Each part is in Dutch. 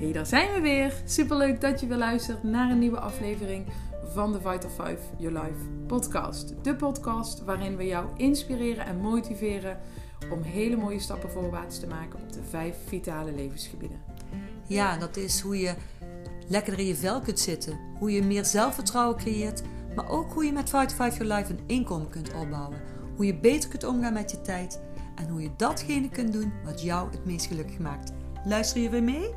Hey, daar zijn we weer. Superleuk dat je weer luistert naar een nieuwe aflevering van de Vital 5 Your Life podcast. De podcast waarin we jou inspireren en motiveren om hele mooie stappen voorwaarts te maken op de 5 vitale levensgebieden. Ja, dat is hoe je lekkerder in je vel kunt zitten. Hoe je meer zelfvertrouwen creëert. Maar ook hoe je met Vital 5 Your Life een inkomen kunt opbouwen. Hoe je beter kunt omgaan met je tijd. En hoe je datgene kunt doen wat jou het meest gelukkig maakt. Luister je weer mee?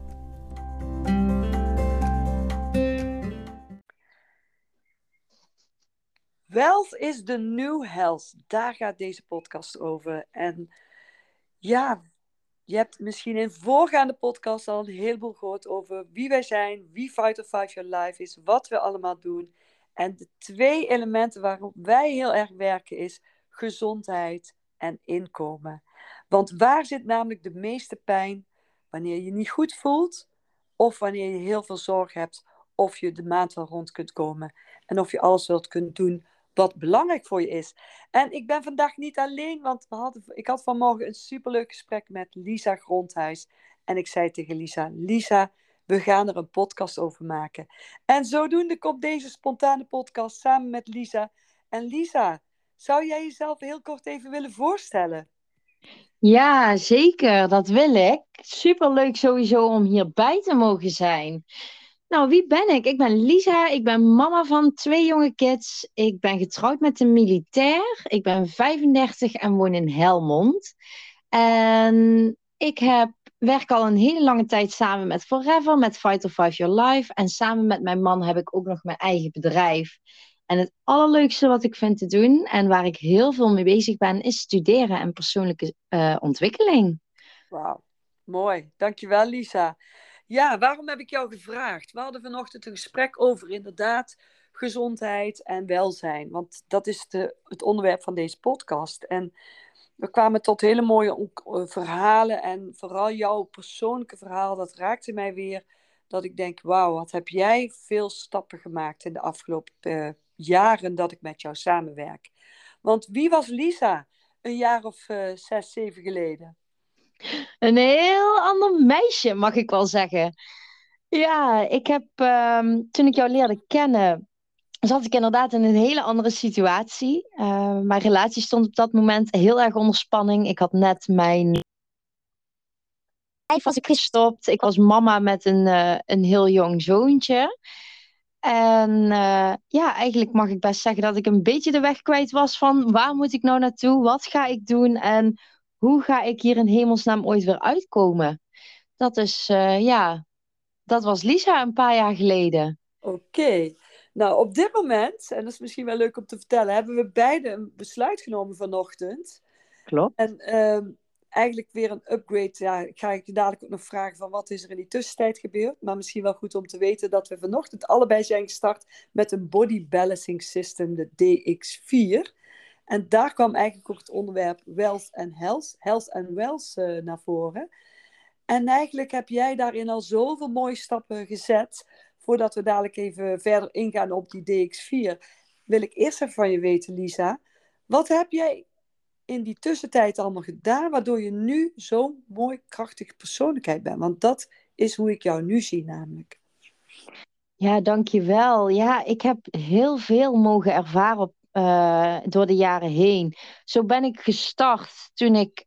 Wealth is the new health. Daar gaat deze podcast over. En ja, je hebt misschien in voorgaande podcast al een heleboel gehoord over wie wij zijn, wie Vital 5 Your Life is, wat we allemaal doen. En de 2 elementen waarop wij heel erg werken is gezondheid en inkomen. Want waar zit namelijk de meeste pijn? Wanneer je je niet goed voelt of wanneer je heel veel zorg hebt of je de maand wel rond kunt komen en of je alles wilt kunnen doen wat belangrijk voor je is. En ik ben vandaag niet alleen, want ik had vanmorgen een superleuk gesprek met Lisa Grondhuis. En ik zei tegen Lisa, we gaan er een podcast over maken. En zodoende komt deze spontane podcast samen met Lisa. En Lisa, zou jij jezelf heel kort even willen voorstellen? Ja, zeker. Dat wil ik. Superleuk sowieso om hierbij te mogen zijn. Nou, wie ben ik? Ik ben Lisa. Ik ben mama van 2 jonge kids. Ik ben getrouwd met een militair. Ik ben 35 en woon in Helmond. En werk al een hele lange tijd samen met Forever, met Vital 5 Your Life. En samen met mijn man heb ik ook nog mijn eigen bedrijf. En het allerleukste wat ik vind te doen en waar ik heel veel mee bezig ben, is studeren en persoonlijke ontwikkeling. Wauw, mooi. Dankjewel Lisa. Ja, waarom heb ik jou gevraagd? We hadden vanochtend een gesprek over inderdaad gezondheid en welzijn. Want dat is het onderwerp van deze podcast. En we kwamen tot hele mooie verhalen. En vooral jouw persoonlijke verhaal, dat raakte mij weer. Dat ik denk, wauw, wat heb jij veel stappen gemaakt in de afgelopen jaren dat ik met jou samenwerk. Want wie was Lisa een jaar of 6, 7 geleden? Een heel ander meisje, mag ik wel zeggen. Ja, ik heb toen ik jou leerde kennen, zat ik inderdaad in een hele andere situatie. Mijn relatie stond op dat moment heel erg onder spanning. Ik had net mijn bedrijf was ik gestopt. Ik was mama met een heel jong zoontje. En ja, eigenlijk mag ik best zeggen dat ik een beetje de weg kwijt was van waar moet ik nou naartoe? Wat ga ik doen? En hoe ga ik hier in hemelsnaam ooit weer uitkomen? Dat is, dat was Lisa een paar jaar geleden. Oké. Nou, op dit moment, en dat is misschien wel leuk om te vertellen, hebben we beide een besluit genomen vanochtend. Klopt. En eigenlijk weer een upgrade. Ja, ik ga je dadelijk ook nog vragen van wat is er in die tussentijd gebeurd. Maar misschien wel goed om te weten dat we vanochtend allebei zijn gestart met een Body Balancing System, de DX4. En daar kwam eigenlijk ook het onderwerp Wealth and Health, Health and Wealth naar voren. En eigenlijk heb jij daarin al zoveel mooie stappen gezet. Voordat we dadelijk even verder ingaan op die DX4, wil ik eerst even van je weten, Lisa. Wat heb jij in die tussentijd allemaal gedaan, waardoor je nu zo'n mooi, krachtige persoonlijkheid bent? Want dat is hoe ik jou nu zie namelijk. Ja, dankjewel. Ja, ik heb heel veel mogen ervaren door de jaren heen. Zo ben ik gestart toen ik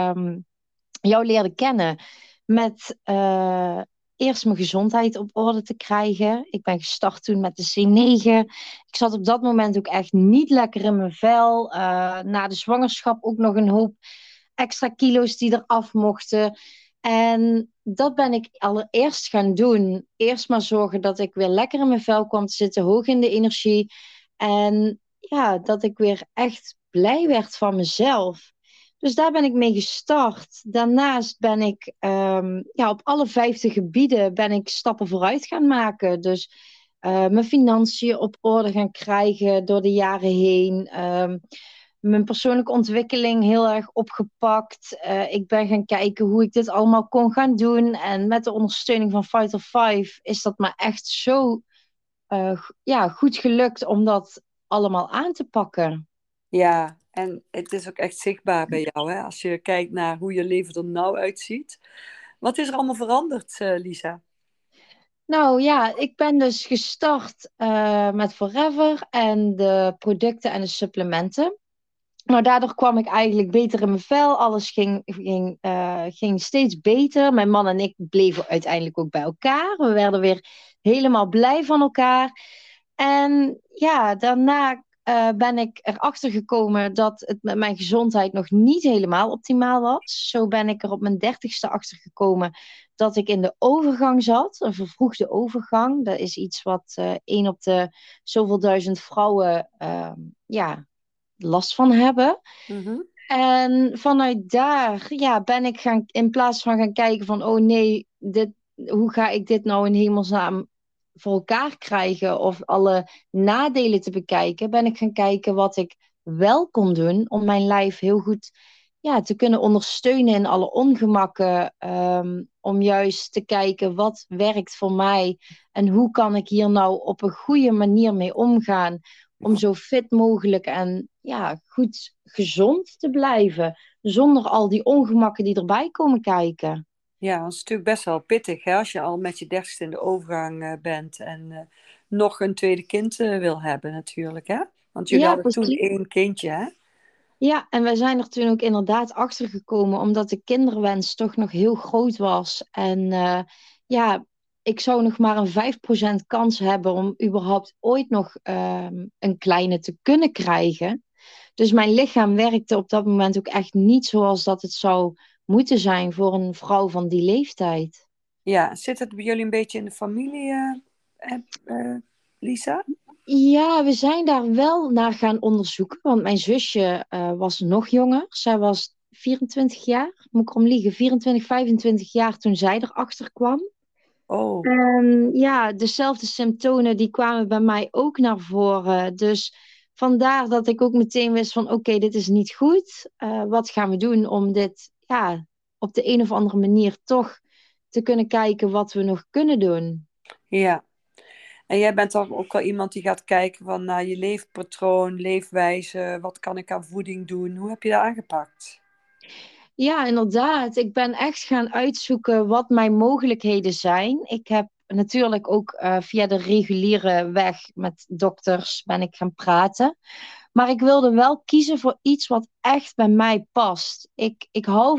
jou leerde kennen met eerst mijn gezondheid op orde te krijgen. Ik ben gestart toen met de C9. Ik zat op dat moment ook echt niet lekker in mijn vel. Na de zwangerschap ook nog een hoop extra kilo's die eraf mochten. En dat ben ik allereerst gaan doen. Eerst maar zorgen dat ik weer lekker in mijn vel kwam te zitten, hoog in de energie. En ja, dat ik weer echt blij werd van mezelf. Dus daar ben ik mee gestart. Daarnaast ben ik op alle 50 gebieden ben ik stappen vooruit gaan maken. Dus mijn financiën op orde gaan krijgen door de jaren heen. Mijn persoonlijke ontwikkeling heel erg opgepakt. Ik ben gaan kijken hoe ik dit allemaal kon gaan doen. En met de ondersteuning van Vital 5 is dat me echt zo goed gelukt om dat allemaal aan te pakken. Ja, en het is ook echt zichtbaar bij jou, hè? Als je kijkt naar hoe je leven er nou uitziet. Wat is er allemaal veranderd, Lisa? Nou ja, ik ben dus gestart met Forever en de producten en de supplementen. Nou, daardoor kwam ik eigenlijk beter in mijn vel. Alles ging steeds beter. Mijn man en ik bleven uiteindelijk ook bij elkaar. We werden weer helemaal blij van elkaar. En ja, daarna ben ik erachter gekomen dat het met mijn gezondheid nog niet helemaal optimaal was. Zo ben ik er op mijn 30ste achter gekomen dat ik in de overgang zat. Een vervroegde overgang. Dat is iets wat 1 op de zoveel duizend vrouwen ja, last van hebben. Mhm. En vanuit daar ja, ben ik in plaats van gaan kijken van, oh nee, hoe ga ik dit nou in hemelsnaam voor elkaar krijgen of alle nadelen te bekijken, ben ik gaan kijken wat ik wel kon doen om mijn lijf heel goed te kunnen ondersteunen in alle ongemakken. Om juist te kijken wat werkt voor mij en hoe kan ik hier nou op een goede manier mee omgaan om zo fit mogelijk en goed gezond te blijven. Zonder al die ongemakken die erbij komen kijken. Ja, dat is natuurlijk best wel pittig, hè? Als je al met je 30ste in de overgang bent en nog een tweede kind wil hebben natuurlijk, hè? Want jullie Ja, hadden toen precies. 1 kindje, hè? Ja, en wij zijn er toen ook inderdaad achter gekomen, omdat de kinderwens toch nog heel groot was. En ja, ik zou nog maar een 5% kans hebben om überhaupt ooit nog een kleine te kunnen krijgen. Dus mijn lichaam werkte op dat moment ook echt niet zoals dat het zou moeten zijn voor een vrouw van die leeftijd. Ja, zit het bij jullie een beetje in de familie, Lisa? Ja, we zijn daar wel naar gaan onderzoeken, want mijn zusje was nog jonger. Zij was 24 jaar, moet ik erom liegen, 24, 25 jaar toen zij erachter kwam. Oh, En ja, dezelfde symptomen die kwamen bij mij ook naar voren. Dus vandaar dat ik ook meteen wist van oké, dit is niet goed. Wat gaan we doen om dit op de een of andere manier toch te kunnen kijken wat we nog kunnen doen. ja. En jij bent dan ook wel iemand die gaat kijken van naar je leefpatroon, leefwijze, wat kan ik aan voeding doen? Hoe heb je dat aangepakt? Ja, inderdaad. Ik ben echt gaan uitzoeken wat mijn mogelijkheden zijn. Ik heb natuurlijk ook via de reguliere weg met dokters ben ik gaan praten. Maar ik wilde wel kiezen voor iets wat echt bij mij past. Ik hou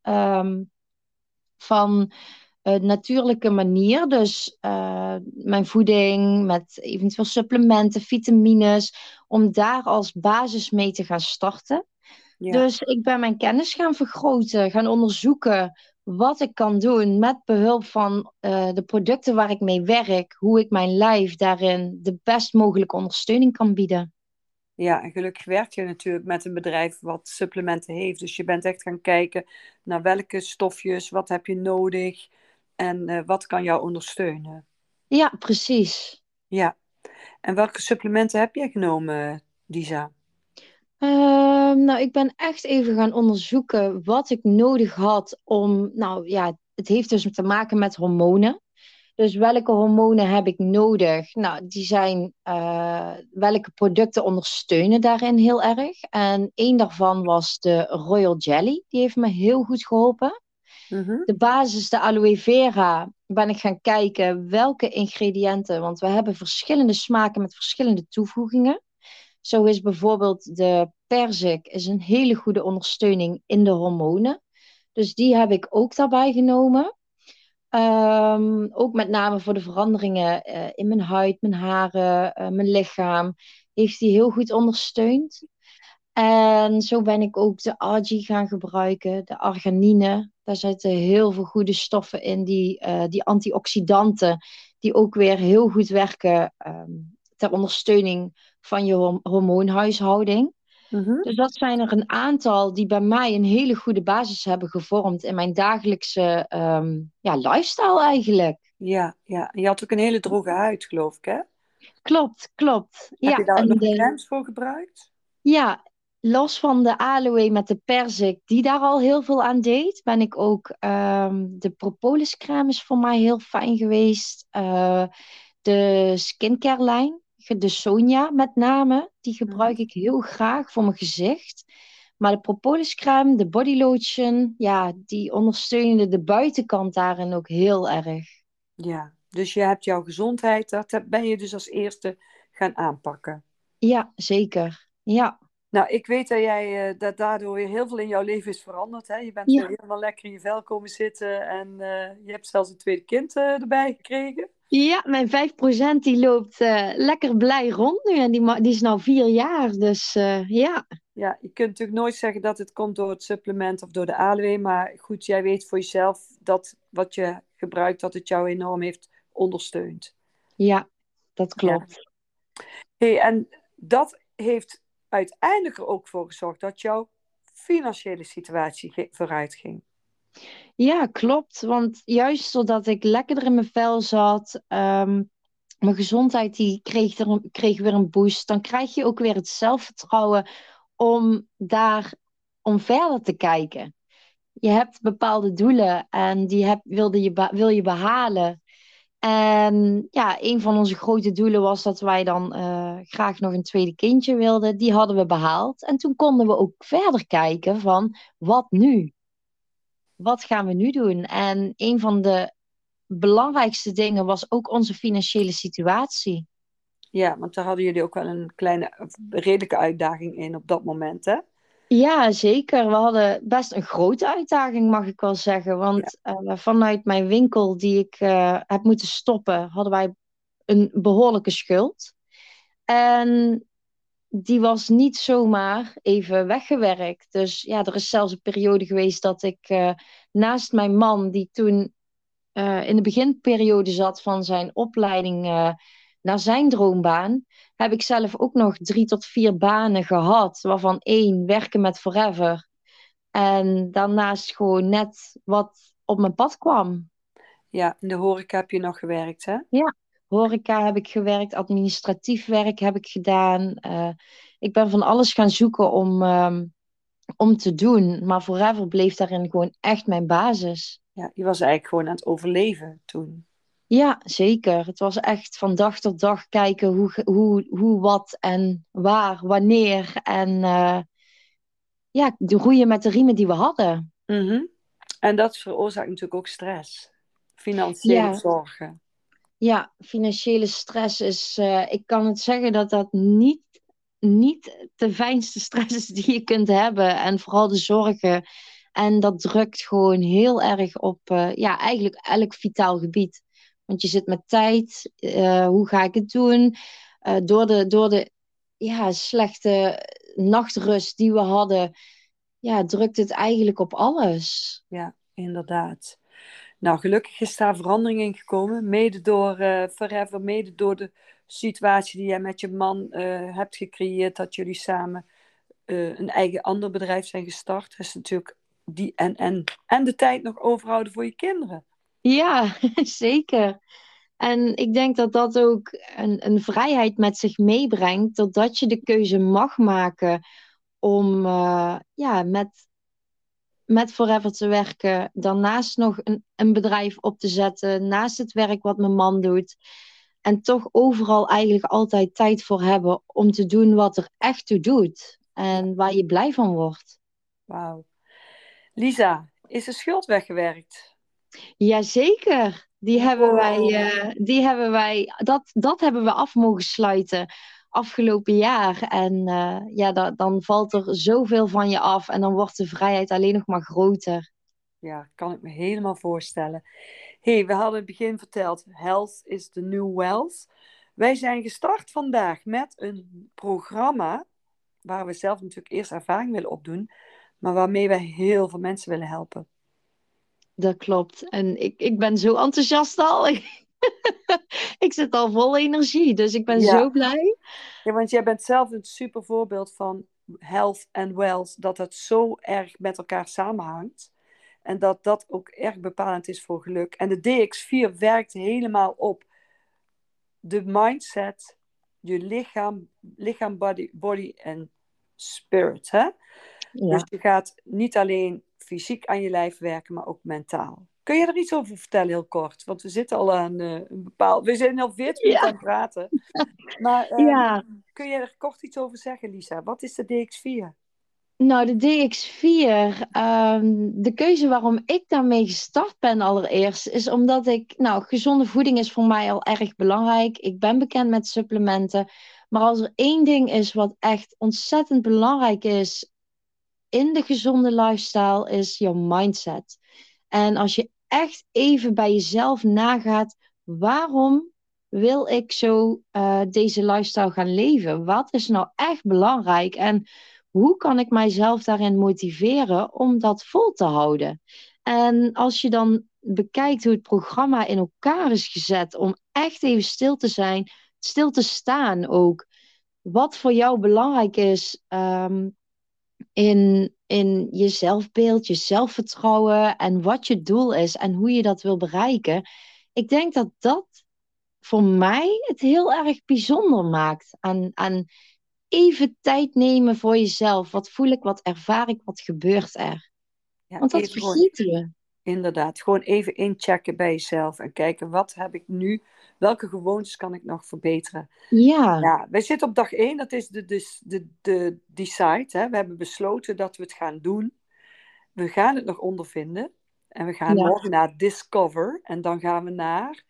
van natuurlijke manier. Dus mijn voeding met eventueel supplementen, vitamines. Om daar als basis mee te gaan starten. Ja, Dus ik ben mijn kennis gaan vergroten, gaan onderzoeken wat ik kan doen met behulp van de producten waar ik mee werk, hoe ik mijn lijf daarin de best mogelijke ondersteuning kan bieden. ja, en gelukkig werk je natuurlijk met een bedrijf wat supplementen heeft. Dus je bent echt gaan kijken naar welke stofjes, wat heb je nodig en wat kan jou ondersteunen. Ja, precies. Ja, en welke supplementen heb jij genomen, Lisa? Nou, ik ben echt even gaan onderzoeken wat ik nodig had om, nou ja, het heeft dus te maken met hormonen. Dus welke hormonen heb ik nodig? Nou, die zijn, welke producten ondersteunen daarin heel erg? En één daarvan was de Royal Jelly. Die heeft me heel goed geholpen. Mhm. De basis, de aloe vera, ben ik gaan kijken welke ingrediënten, want we hebben verschillende smaken met verschillende toevoegingen. Zo is bijvoorbeeld de perzik is een hele goede ondersteuning in de hormonen. Dus die heb ik ook daarbij genomen. Ook met name voor de veranderingen in mijn huid, mijn haren, mijn lichaam. Heeft die heel goed ondersteund. En zo ben ik ook de argi gaan gebruiken, de arginine. Daar zitten heel veel goede stoffen in, die antioxidanten, die ook weer heel goed werken ter ondersteuning van je hormoonhuishouding. Mhm. Dus dat zijn er een aantal die bij mij een hele goede basis hebben gevormd in mijn dagelijkse lifestyle eigenlijk. Ja, ja. En je had ook een hele droge huid, geloof ik, hè? Klopt, klopt. Heb je Ja, daar en nog crèmes voor gebruikt? ja, los van de aloe met de perzik, die daar al heel veel aan deed, ben ik ook de propolis crème is voor mij heel fijn geweest. De skincare lijn, de Sonia met name, die gebruik ik heel graag voor mijn gezicht. Maar de propoliscrème, de bodylotion, ja, die ondersteunen de buitenkant daarin ook heel erg. Ja, dus je hebt jouw gezondheid, ben je dus als eerste gaan aanpakken. Ja, zeker. Ja. Nou, ik weet dat jij dat daardoor weer heel veel in jouw leven is veranderd. Hè? Je bent weer Ja. helemaal lekker in je vel komen zitten en je hebt zelfs een tweede kind erbij gekregen. Ja, mijn 5% die loopt lekker blij rond nu en die is nou 4 jaar, dus ja. Ja, je kunt natuurlijk nooit zeggen dat het komt door het supplement of door de aloe, maar goed, jij weet voor jezelf dat wat je gebruikt, dat het jou enorm heeft ondersteund. Ja, dat klopt. Hey, en dat heeft uiteindelijk er ook voor gezorgd dat jouw financiële situatie vooruit ging. Ja, klopt. Want juist doordat ik lekkerder in mijn vel zat, mijn gezondheid die kreeg weer een boost. Dan krijg je ook weer het zelfvertrouwen om verder te kijken. Je hebt bepaalde doelen en wil je behalen. En ja, een van onze grote doelen was dat wij dan graag nog een tweede kindje wilden. Die hadden we behaald. En toen konden we ook verder kijken van wat nu? Wat gaan we nu doen? En een van de belangrijkste dingen was ook onze financiële situatie. Ja, want daar hadden jullie ook wel een redelijke uitdaging in op dat moment, hè? Ja, zeker. We hadden best een grote uitdaging, mag ik wel zeggen. Want vanuit mijn winkel die ik heb moeten stoppen, hadden wij een behoorlijke schuld. En die was niet zomaar even weggewerkt. Dus ja, er is zelfs een periode geweest dat ik naast mijn man, die toen in de beginperiode zat van zijn opleiding naar zijn droombaan, heb ik zelf ook nog 3 tot 4 banen gehad, waarvan 1 werken met Forever. En daarnaast gewoon net wat op mijn pad kwam. Ja, in de horeca heb je nog gewerkt, hè? Ja, horeca heb ik gewerkt, administratief werk heb ik gedaan. Ik ben van alles gaan zoeken om te doen. Maar Forever bleef daarin gewoon echt mijn basis. Ja, je was eigenlijk gewoon aan het overleven toen. Ja, zeker. Het was echt van dag tot dag kijken hoe wat en waar, wanneer. En ja, de roeien met de riemen die we hadden. Mhm. En dat veroorzaakt natuurlijk ook stress. Financiële Ja, zorgen. ja, financiële stress is, ik kan het zeggen dat dat niet de fijnste stress is die je kunt hebben. En vooral de zorgen. En dat drukt gewoon heel erg op, ja, eigenlijk elk vitaal gebied. Want je zit met tijd, hoe ga ik het doen? Door de ja, slechte nachtrust die we hadden, ja, drukt het eigenlijk op alles. Ja, inderdaad. Nou, gelukkig is daar verandering in gekomen. Mede door Forever, mede door de situatie die jij met je man hebt gecreëerd. Dat jullie samen een eigen ander bedrijf zijn gestart. Dat is natuurlijk en de tijd nog overhouden voor je kinderen. Ja, zeker. En ik denk dat dat ook een vrijheid met zich meebrengt, doordat je de keuze mag maken om ja, met Forever te werken, daarnaast nog een bedrijf op te zetten, naast het werk wat mijn man doet. En toch overal eigenlijk altijd tijd voor hebben om te doen wat er echt toe doet en waar je blij van wordt. Wauw. Lisa, is de schuld weggewerkt? Jazeker, dat hebben we af mogen sluiten afgelopen jaar. En ja, dan valt er zoveel van je af en dan wordt de vrijheid alleen nog maar groter. Ja, kan ik me helemaal voorstellen. Hey, we hadden in het begin verteld, health is the new wealth. Wij zijn gestart vandaag met een programma waar we zelf natuurlijk eerst ervaring willen opdoen, maar waarmee wij heel veel mensen willen helpen. Dat klopt. En ik ben zo enthousiast al. Ik zit al vol energie, dus ik ben zo blij. Ja, want jij bent zelf een super voorbeeld van health en wealth, dat het zo erg met elkaar samenhangt. En dat dat ook erg bepalend is voor geluk. En de DX4 werkt helemaal op de mindset, je lichaam body en spirit. Hè? Ja. Dus je gaat niet alleen fysiek aan je lijf werken, maar ook mentaal. Kun je er iets over vertellen, heel kort? Want we zitten al aan een bepaald... We zijn al 14 minuten aan het praten. Maar kun je er kort iets over zeggen, Lisa? Wat is de DX4? Nou, de DX4, de keuze waarom ik daarmee gestart ben allereerst, is omdat gezonde voeding is voor mij al erg belangrijk. Ik ben bekend met supplementen. Maar als er één ding is wat echt ontzettend belangrijk is in de gezonde lifestyle, is jouw mindset. En als je echt even bij jezelf nagaat, waarom wil ik zo deze lifestyle gaan leven? Wat is nou echt belangrijk? En hoe kan ik mijzelf daarin motiveren om dat vol te houden? En als je dan bekijkt hoe het programma in elkaar is gezet om echt even stil te zijn, stil te staan ook. Wat voor jou belangrijk is in je zelfbeeld, je zelfvertrouwen en wat je doel is en hoe je dat wil bereiken. Ik denk dat dat voor mij het heel erg bijzonder maakt. Aan even tijd nemen voor jezelf. Wat voel ik, wat ervaar ik, wat gebeurt er? Ja, Want dat even gewoon, vergeten we. inderdaad, gewoon even inchecken bij jezelf en kijken, wat heb ik nu? Welke gewoontes kan ik nog verbeteren? Ja, Ja, wij zitten op dag 1, dat is de decide. Hè? We hebben besloten dat we het gaan doen. We gaan het nog ondervinden. En we gaan ja, morgen naar discover. En dan gaan we naar...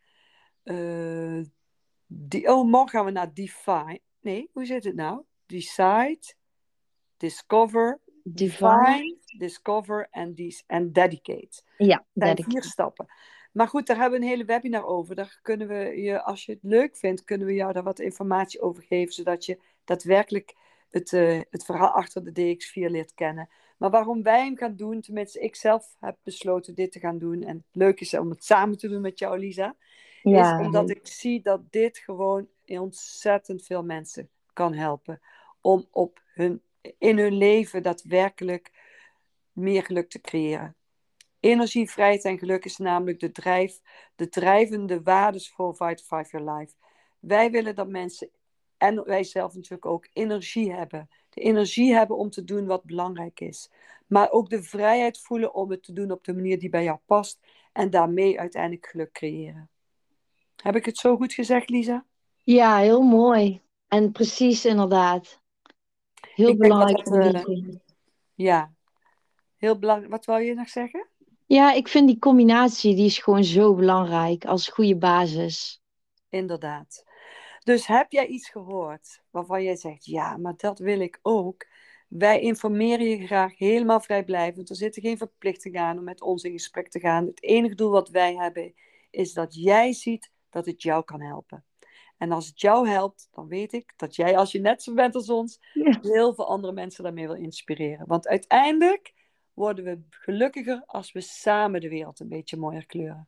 morgen gaan we naar define. Nee, hoe zit het nou? Decide, discover, divine. define, discover en dedicate. Ja, Dat zijn dat 4 stappen. Maar goed, daar hebben we een hele webinar over. Daar kunnen we je, als je het leuk vindt, kunnen we jou daar wat informatie over geven, zodat je daadwerkelijk het verhaal achter de DX4 leert kennen. Maar waarom wij hem gaan doen, tenminste ik zelf heb besloten dit te gaan doen, en het leuk is om het samen te doen met jou, Lisa, is Ja, omdat ik zie dat dit gewoon ontzettend veel mensen kan helpen om in hun leven daadwerkelijk meer geluk te creëren. Energie, vrijheid en geluk is namelijk de drijvende waardes voor Vitalify Your Life. Wij willen dat mensen, en wij zelf natuurlijk ook, energie hebben. De energie hebben om te doen wat belangrijk is. Maar ook de vrijheid voelen om het te doen op de manier die bij jou past. En daarmee uiteindelijk geluk creëren. Heb ik het zo goed gezegd, Lisa? ja, heel mooi. En precies inderdaad. Heel Ik denk dat belangrijk om die te... ja, heel belangrijk. Wat wou je nog zeggen? Ja, ik vind die combinatie, die is gewoon zo belangrijk als goede basis. Inderdaad. Dus heb jij iets gehoord waarvan jij zegt, ja, maar dat wil ik ook. Wij informeren je graag helemaal vrijblijvend. Er zitten geen verplichtingen aan om met ons in gesprek te gaan. Het enige doel wat wij hebben is dat jij ziet dat het jou kan helpen. En als het jou helpt, dan weet ik dat jij, als je net zo bent als ons, Ja, heel veel andere mensen daarmee wil inspireren. Want uiteindelijk worden we gelukkiger als we samen de wereld een beetje mooier kleuren.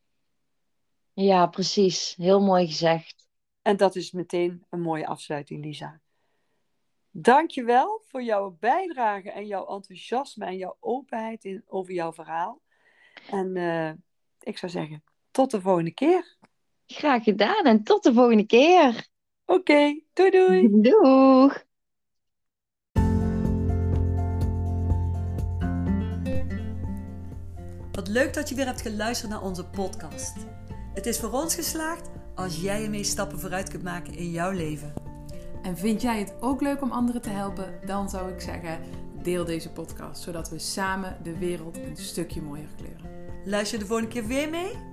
ja, precies. Heel mooi gezegd. En dat is meteen een mooie afsluiting, Lisa. Dankjewel voor jouw bijdrage en jouw enthousiasme en jouw openheid over jouw verhaal. En ik zou zeggen, tot de volgende keer. Graag gedaan en tot de volgende keer. Oké, doei doei. Doeg! Wat leuk dat je weer hebt geluisterd naar onze podcast. Het is voor ons geslaagd als jij ermee stappen vooruit kunt maken in jouw leven. En vind jij het ook leuk om anderen te helpen? Dan zou ik zeggen, deel deze podcast, zodat we samen de wereld een stukje mooier kleuren. Luister je de volgende keer weer mee?